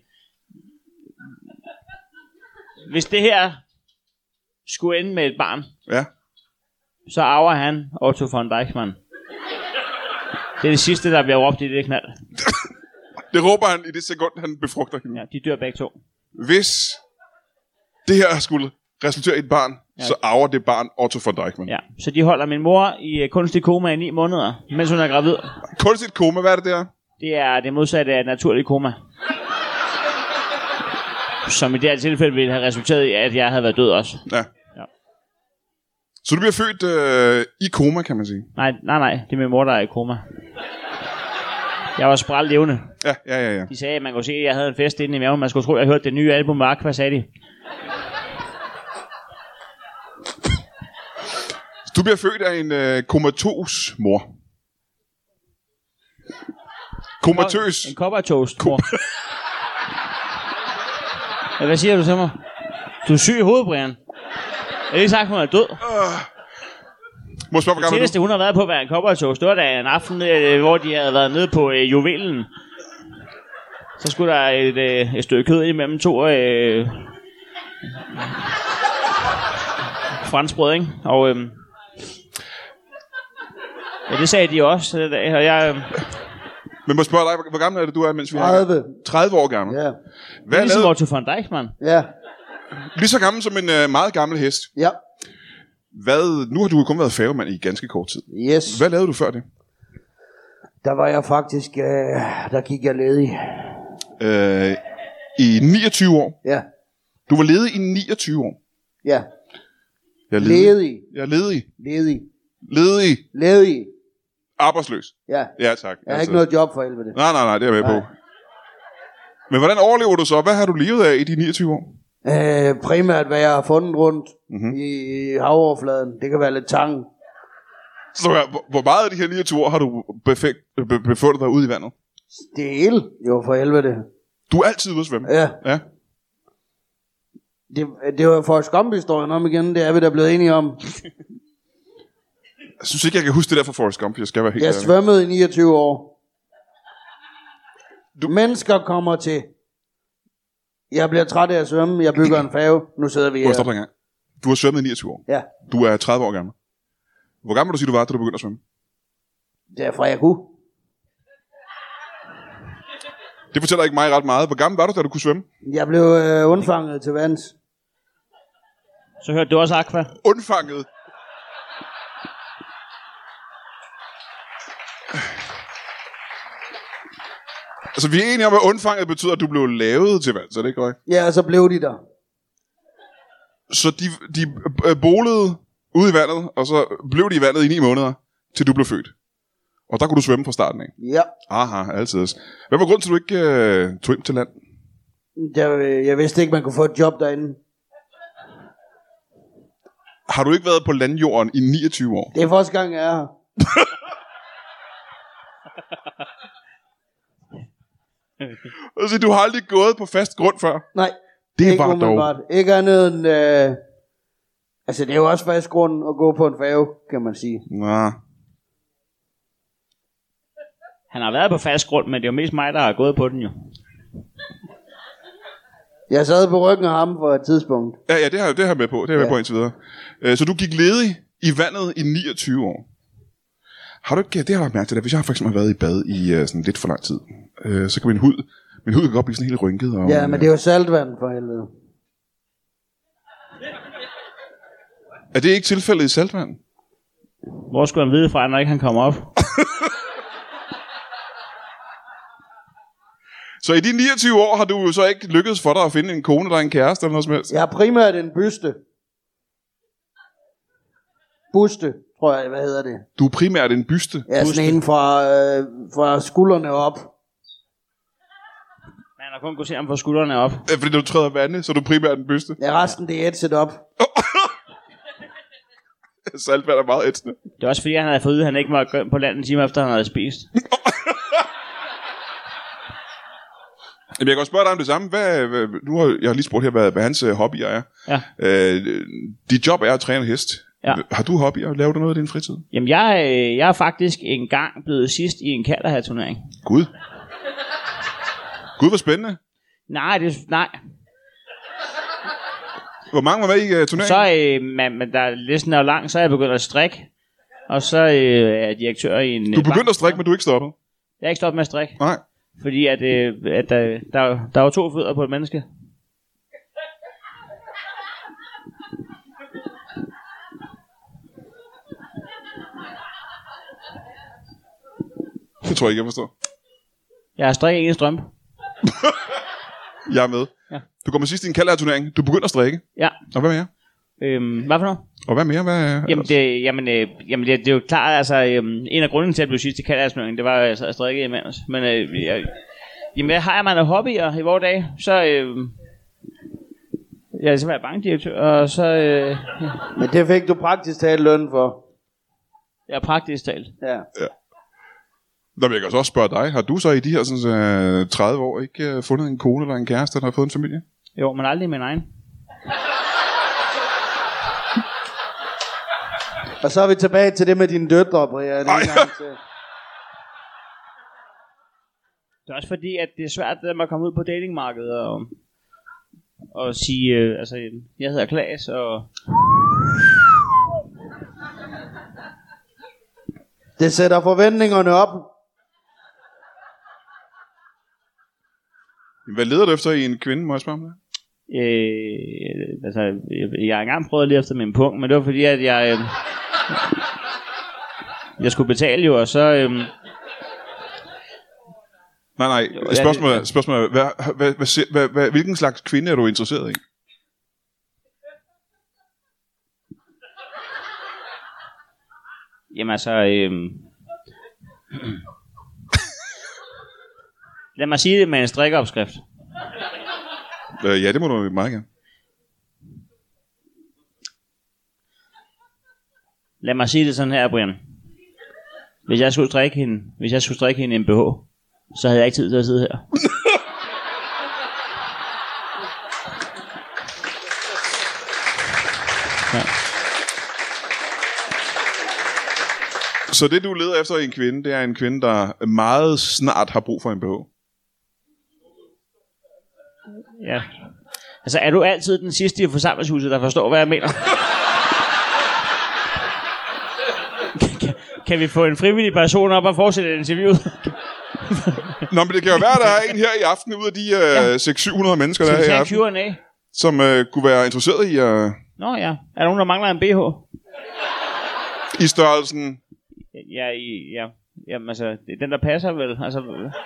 hvis det her skulle ende med et barn, ja, så arver han Otto von Deichmann. Det er det sidste, der bliver råbt i det knald. Det råber han i det sekund, han befrugter hende. Ja, de dør begge to. Hvis det her skulle resultere i et barn, ja, så arver det barn Otto von Deichmann. Ja, så de holder min mor i kunstig koma i 9 måneder, mens hun er gravid. Kunstigt koma, hvad er det der? Det er det modsatte af et naturligt koma. Som i det her tilfælde ville have resulteret i, at jeg havde været død også. Ja. Så du bliver født i koma, kan man sige? Nej, det er min mor, der er i koma. Jeg var sprælt levende. Ja. De sagde, at man kunne se, at jeg havde en fest inde i maven. Man skulle tro, at jeg hørte det nye album med Aqua, sagde de. Du bliver født af en komatos mor. Komatøs. En koppertoast mor. Ja, hvad siger du til mig? Du er syg i hovedet, Brian. Jeg har ikke sagt, at hun er død. Må spørge, hvor gammel det seneste, hun har været på at være en koppertoast, det var da en aften, hvor de havde været nede på juvelen. Så skulle der et stykke kød imellem 2 franskbrød, ikke? Og ja, det sagde de også. Og Men må spørge dig, hvor gammel er det, du er, mens vi 30. 30 år gammel. Ja. Det er ligesom Otto von Dijk, mand. Ja. Lige så gammel som en meget gammel hest. Ja. Nu har du kun været færgemand i ganske kort tid. Yes. Hvad lavede du før det? Der var jeg faktisk, der gik jeg ledig. I 29 år. Ja. Du var ledig i 29 år. Ja. Jeg er ledig. Ledig. Jeg er ledig. Ledig. Ledig. Ledig. Arbejdsløs. Ja. Ja, tak. Jeg har ikke noget job for helvede. Nej, det er jeg med på. Men hvordan overlever du så? Hvad har du levet af i de 29 år? Primært hvad jeg har fundet rundt i havoverfladen. Det kan være lidt tang. Så hvor meget af de her 29 år har du befundet dig ude i vandet? Det er el. Jo, for helvede. Du er altid ude at svømme? Ja. Ja. Det var for Gump-historien om igen. Det er vi da blevet enige om. Jeg synes ikke, jeg kan huske det der fra Forrest Gump. Jeg skal være helt Jeg svømmede i 29 år. Mennesker kommer til. Jeg bliver træt af at svømme. Jeg bygger en færge. Nu sidder vi her. Stop en gang. Du har svømmet i 29 år. Ja. Du er 30 år gammel. Hvor gammel du sige, du var, da du begyndte at svømme? Derfra jeg kunne. Det fortæller ikke mig ret meget. Hvor gammel var du, da du kunne svømme? Jeg blev undfanget til vands. Så hørte du også aqua. Undfanget? Altså, vi er enige om, at undfanget betyder, at du blev lavet til vand, så er det ikke korrekt? Ja, og så blev de der. Så de bolede ude i vandet, og så blev de i vandet i 9 måneder, til du blev født. Og der kunne du svømme fra starten af? Ja. Aha, altid. Hvad var grunden til, at du ikke tog ind til land? Jeg vidste ikke, man kunne få et job derinde. Har du ikke været på landjorden i 29 år? Det er første gang, jeg er her. Altså, du har aldrig gået på fast grund før? Nej. Det ikke var dog. Ikke andet end... altså, det er jo også fast grund at gå på en færge, kan man sige. Nå. Han har været på fast grund, men det er jo mest mig, der har gået på den jo. Jeg sad på ryggen af ham for et tidspunkt. Ja, det har jeg med på. Det har jeg med på indtil videre. Så du gik ledig i vandet i 29 år. Har du ikke... Det har jeg mærket til, hvis jeg har for eksempel været i bad i sådan lidt for lang tid, så kan min hud kan godt blive sådan helt rynket. Og, ja, men det er jo saltvand for helvede. Er det ikke tilfældet i saltvand? Hvor skulle han vide fra, når ikke han kommer op? Så i de 29 år har du jo så ikke lykkedes for dig at finde en kone eller en kæreste eller noget som helst? Jeg har primært en byste. Buste, tror jeg, hvad hedder det? Du er primært en byste? Ja, sådan en fra skuldrene op. Man har kun kunnet se ham fra skuldrene op. Ja, fordi du træder vandet, så er du primært en byste? Ja, resten det er etset op. Saltvand er meget ætsende. Det er også fordi, han havde fået ud, at han ikke måtte gå på land en time efter, han havde spist. Jamen, jeg kan også spørge dig om det samme. Nu har jeg lige spurgt her, hvad hans hobbyer er. Ja. Dit job er at træne hest. Ja. Har du hobbyer? Laver du noget i din fritid? Jamen, jeg er faktisk engang blevet sidst i en Kalderhat-turnering. Gud, hvor spændende. Nej. Hvor mange var med i turneringen? Så, men da listen er jo lang, så er jeg begyndt at strikke. Og så er jeg direktør i en... Du begyndte at strikke, men du er ikke stoppet? Jeg er ikke stoppet med at strikke. Nej. Fordi at der var 2 fødder på et menneske. Det tror jeg ikke, jeg forstår. Jeg har strikket en strømpe. Jeg er med. Ja. Du kommer sidst i en Kalderhat-turnering. Du begynder at strikke. Ja. Og hvad mere? Hvad for noget? Og hvad mere? Jamen det er jo klart, altså en af grunden til at blive sidst i Kalderhat-turneringen, det var altså at strikke imens. Men jamen har man noget hobbyer i vores dag, så jeg er simpelthen bankdirektør, og så Men det fik du praktisk talt løn for. Ja, praktisk talt. Ja. Nå, men jeg kan også spørge dig. Har du så i de her sådan, 30 år ikke fundet en kone eller en kæreste, der har fået en familie? Jo, men aldrig min egen. Og så er vi tilbage til det med dine døtre, Brian. Det er også fordi, at det er svært at komme ud på datingmarkedet og sige, altså, jeg hedder Klaas, og... Det sætter forventningerne op. Hvad leder du efter i en kvinde, må jeg spørge om det? Altså, jeg har engang prøvet lige efter min punkt, men det var fordi, at jeg skulle betale jo, og så... Nej. Spørgsmålet er, hvilken slags kvinde er du interesseret i? Jamen altså... Lad mig sige det med en strikkeopskrift. Ja, det må du meget gerne. Lad mig sige det sådan her, Brian. Hvis jeg skulle strikke hende en BH, så havde jeg ikke tid til at sidde her. Ja. Så det, du leder efter i en kvinde, det er en kvinde, der meget snart har brug for en BH? Ja. Altså, er du altid den sidste i forsamlingshuset, der forstår, hvad jeg mener? Kan vi få en frivillig person op og fortsætte interviewet? Nå, men det kan jo være, der er en her i aften ud af de 600-700 mennesker, der er her i aften, Q&A. som kunne være interesseret i Nå ja, er der nogen, der mangler en BH? i størrelsen. Ja, jamen altså, det er den, der passer vel. Altså...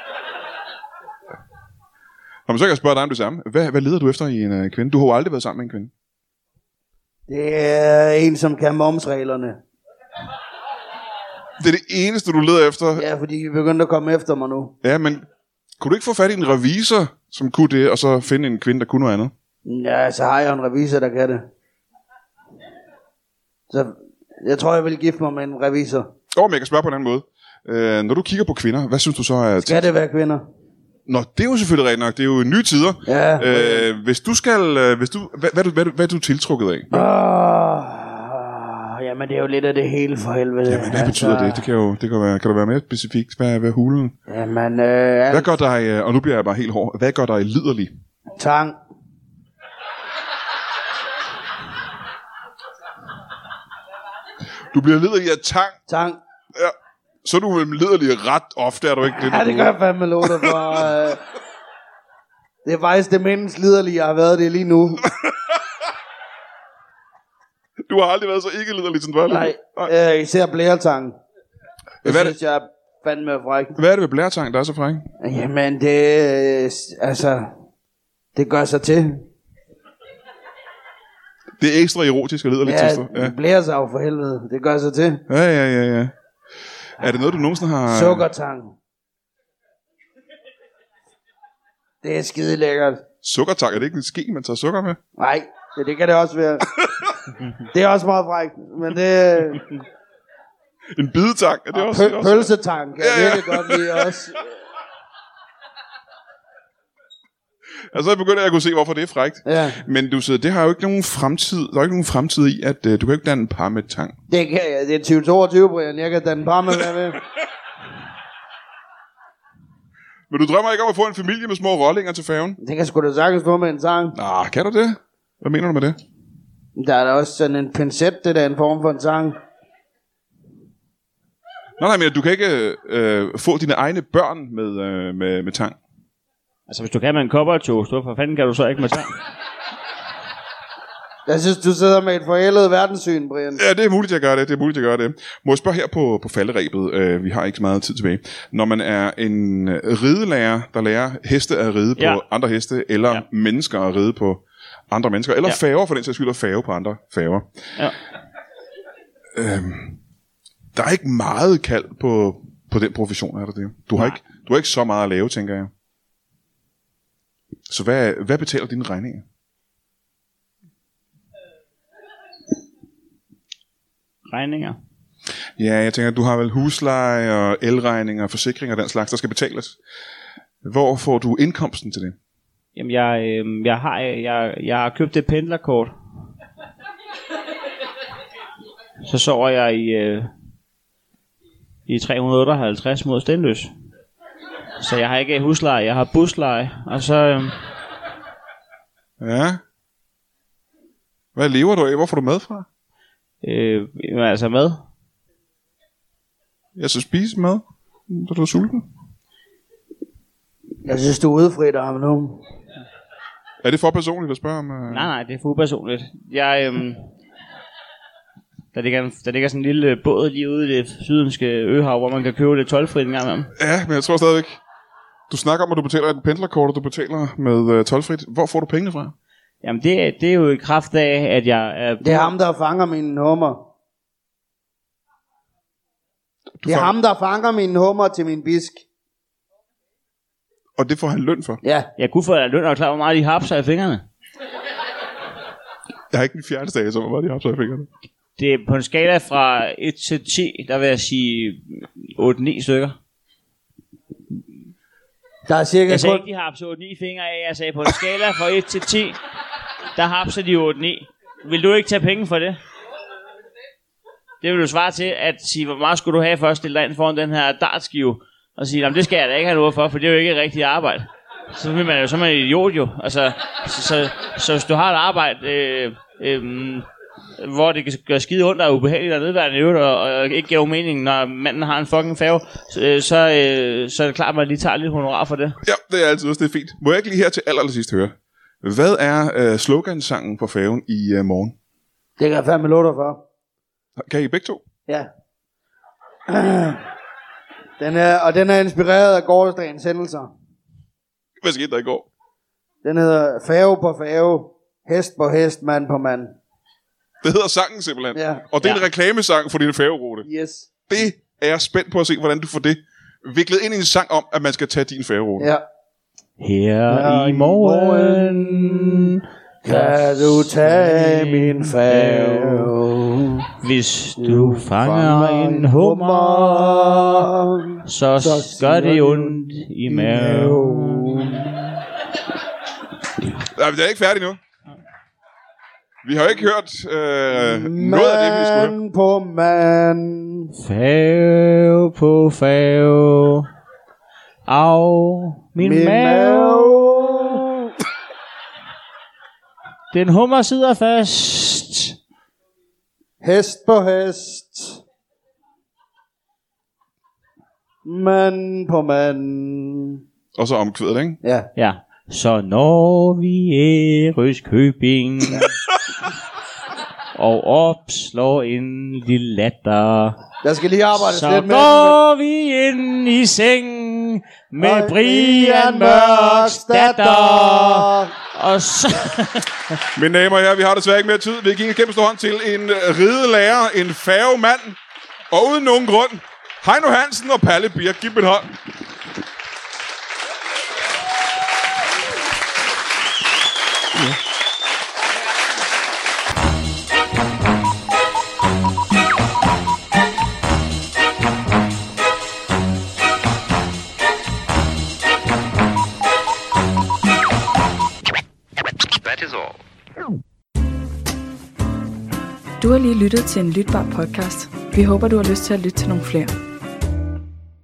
Nå, men så kan jeg spørge dig om det samme. Hvad leder du efter i en kvinde? Du har jo aldrig været sammen med en kvinde. Det er en, som kan momsreglerne. Det er det eneste, du leder efter? Ja, fordi vi begyndte at komme efter mig nu. Ja, men kunne du ikke få fat i en revisor, som kunne det, og så finde en kvinde, der kunne noget andet? Ja, så har jeg en revisor, der kan det. Så jeg tror, jeg vil gifte mig med en revisor. Men jeg kan spørge på en anden måde. Når du kigger på kvinder, hvad synes du så er... Skal det være kvinder? Nå, det er jo selvfølgelig rigtigt nok. Det er jo nye tider. Ja. Hvis du skal... Hvad er du tiltrukket af? Jamen, det er jo lidt af det hele for helvede. Jamen, hvad betyder det? Det kan være... Kan du være mere specifikt? Hvad er hulen? Jamen, hvad gør dig... Og nu bliver jeg bare helt hård. Hvad gør dig liderlig? Tang. Du bliver liderlig af tang? Tang. Ja. Så er du liderlig ret ofte, er du ikke det? Ja, det gør jeg fandme lov dig for. Det er faktisk det mindst liderlige, jeg har været det lige nu. Du har aldrig været så ikke liderlig, som du var lige. Nej, især blæretang. Det synes jeg er fandme fræk. Hvad er det ved blæretang, der er så fræk? Jamen, det gør sig til. Det er ekstra erotisk og liderligt til sig. Ja, det blærer sig jo for helvede. Det gør sig til. Ja. Er det noget, du nogensinde har... Sukkertang. Det er skide lækkert. Sukkertang, er det ikke en ske, man tager sukker med? Nej, det kan det også være. Det er også meget frækt, men det... En bidetang, er det også... Pølsetang kan jeg virkelig godt lide også. Altså, så begynder jeg at kunne se, hvorfor det er frækt. Ja. Men du siger, det har jo ikke nogen fremtid. Der er ikke nogen fremtid i, at du kan ikke danne en par med tang. Det kan jeg. Det er 2022, Brian. Jeg kan danne par med hvad med. Men du drømmer ikke om at få en familie med små rollinger til færgen? Det kan sgu da sagtens få med en tang. Kan du det? Hvad mener du med det? Der er da også sådan en pincet, det der er en form for en tang. Nej, men du kan ikke få dine egne børn med tang. Altså, hvis du kan med en cowboy-toast, hvorfor fanden kan du så ikke med tang? Jeg synes, du sidder med et forældet verdenssyn, Brian. Ja, det er muligt, jeg gør det. Må jeg spørge her på falderebet? Vi har ikke så meget tid tilbage. Når man er en ridelærer, der lærer heste at ride på andre heste, eller mennesker at ride på andre mennesker, eller færger for den sags skyld, og færge på andre færger. Ja. Der er ikke meget kald på den profession, er der det? Du har ikke så meget at lave, tænker jeg. Så hvad betaler dine regninger? Regninger? Ja, jeg tænker, du har vel husleje og elregninger og forsikringer og den slags, der skal betales. Hvor får du indkomsten til det? Jamen, jeg har købt et pendlerkort. Så sover jeg i 358 mod Stenløs. Så jeg har ikke husleje, jeg har busleje. Og så... Ja. Hvad lever du af? Hvor får du mad fra? Altså mad. Jeg så spise mad, når du er sulten. Jeg synes, du er udfri der nu. Er det for personligt at spørge om? Nej, det er for upersonligt. Jeg, der ligger sådan en lille båd lige ude i det sydønske øhav, hvor man kan købe det toldfrit en gang med. Ja, men jeg tror stadigvæk. Du snakker om, at du betaler et pendlerkort, og du betaler med toldfrit. Hvor får du pengene fra? Jamen, det er jo i kraft af, at jeg er... Det er ham, der fanger mine hummer. Det er ham, der fanger mine hummer til min bisk. Og det får han løn for? Ja. Jeg kunne få løn og klar, hvor meget de hapser i fingrene. Jeg har ikke en fjerdesdag, så hvor meget de hapser i fingrene. Det er på en skala fra 1 til 10, der vil jeg sige 8-9 stykker. Der er cirka... Jeg sagde ikke, de hapser 8-9 fingre af. Jeg sagde på en skala fra 1 til 10, der hapser de 8-9. Vil du ikke tage penge for det? Det vil du svare til at sige, hvor meget skulle du have for at stille dig ind foran den her dartskive, og sige, det skal jeg da ikke have noget for det er jo ikke rigtigt arbejde. Så vil man jo, så er man en idiot jo. Altså, så hvis du har et arbejde, hvor det kan gøre skide ondt og ubehageligt og nedværende i øvrigt, og ikke giver mening, når manden har en fucking færge, så er det klart, at man lige tager lidt honorar for det. Ja, det er altid også, det er fint. Må jeg ikke lige her til allersidst høre? Hvad er slogansangen på færgen i morgen? Det kan jeg fandme love dig for. Kan I begge to? Ja. Den er inspireret af gårdsdagens hændelser. Hvad skete der i går? Den hedder Færge på færge, hest på hest, mand på mand. Det hedder sangen simpelthen. Ja. Og det er en reklamesang for din færgerute. Yes. Det er jeg spændt på at se, hvordan du får det viklet ind i en sang om, at man skal tage din færgerute. Ja. Her i morgen kan du tage min færge. Hvis du fanger en hummer, så gør det ondt i maven. Nej, men det er ikke færdigt nu. Vi har jo ikke hørt noget af det, vi skulle høre. Man på mand. Færge på færge. Au, min mave. Den hummer sidder fast. Hest på hest. Mand på mand. Og så omkvædet, ikke? Ja. Ja. Så når vi er Røskøbing og opslår en lille latter, Der skal lige arbejdes så lidt med går vi ind i seng med Brian Mørks datter. Og så... Mine damer og herrer, vi har desværre ikke mere tid. Vi gik igennem stor hånd til en ridelærer, en færgemand, og uden nogen grund, Heino Hansen og Palle Birk. Giv dem en hånd. Du har lige lyttet til en lytbar podcast. Vi håber, du har lyst til at lytte til nogle flere.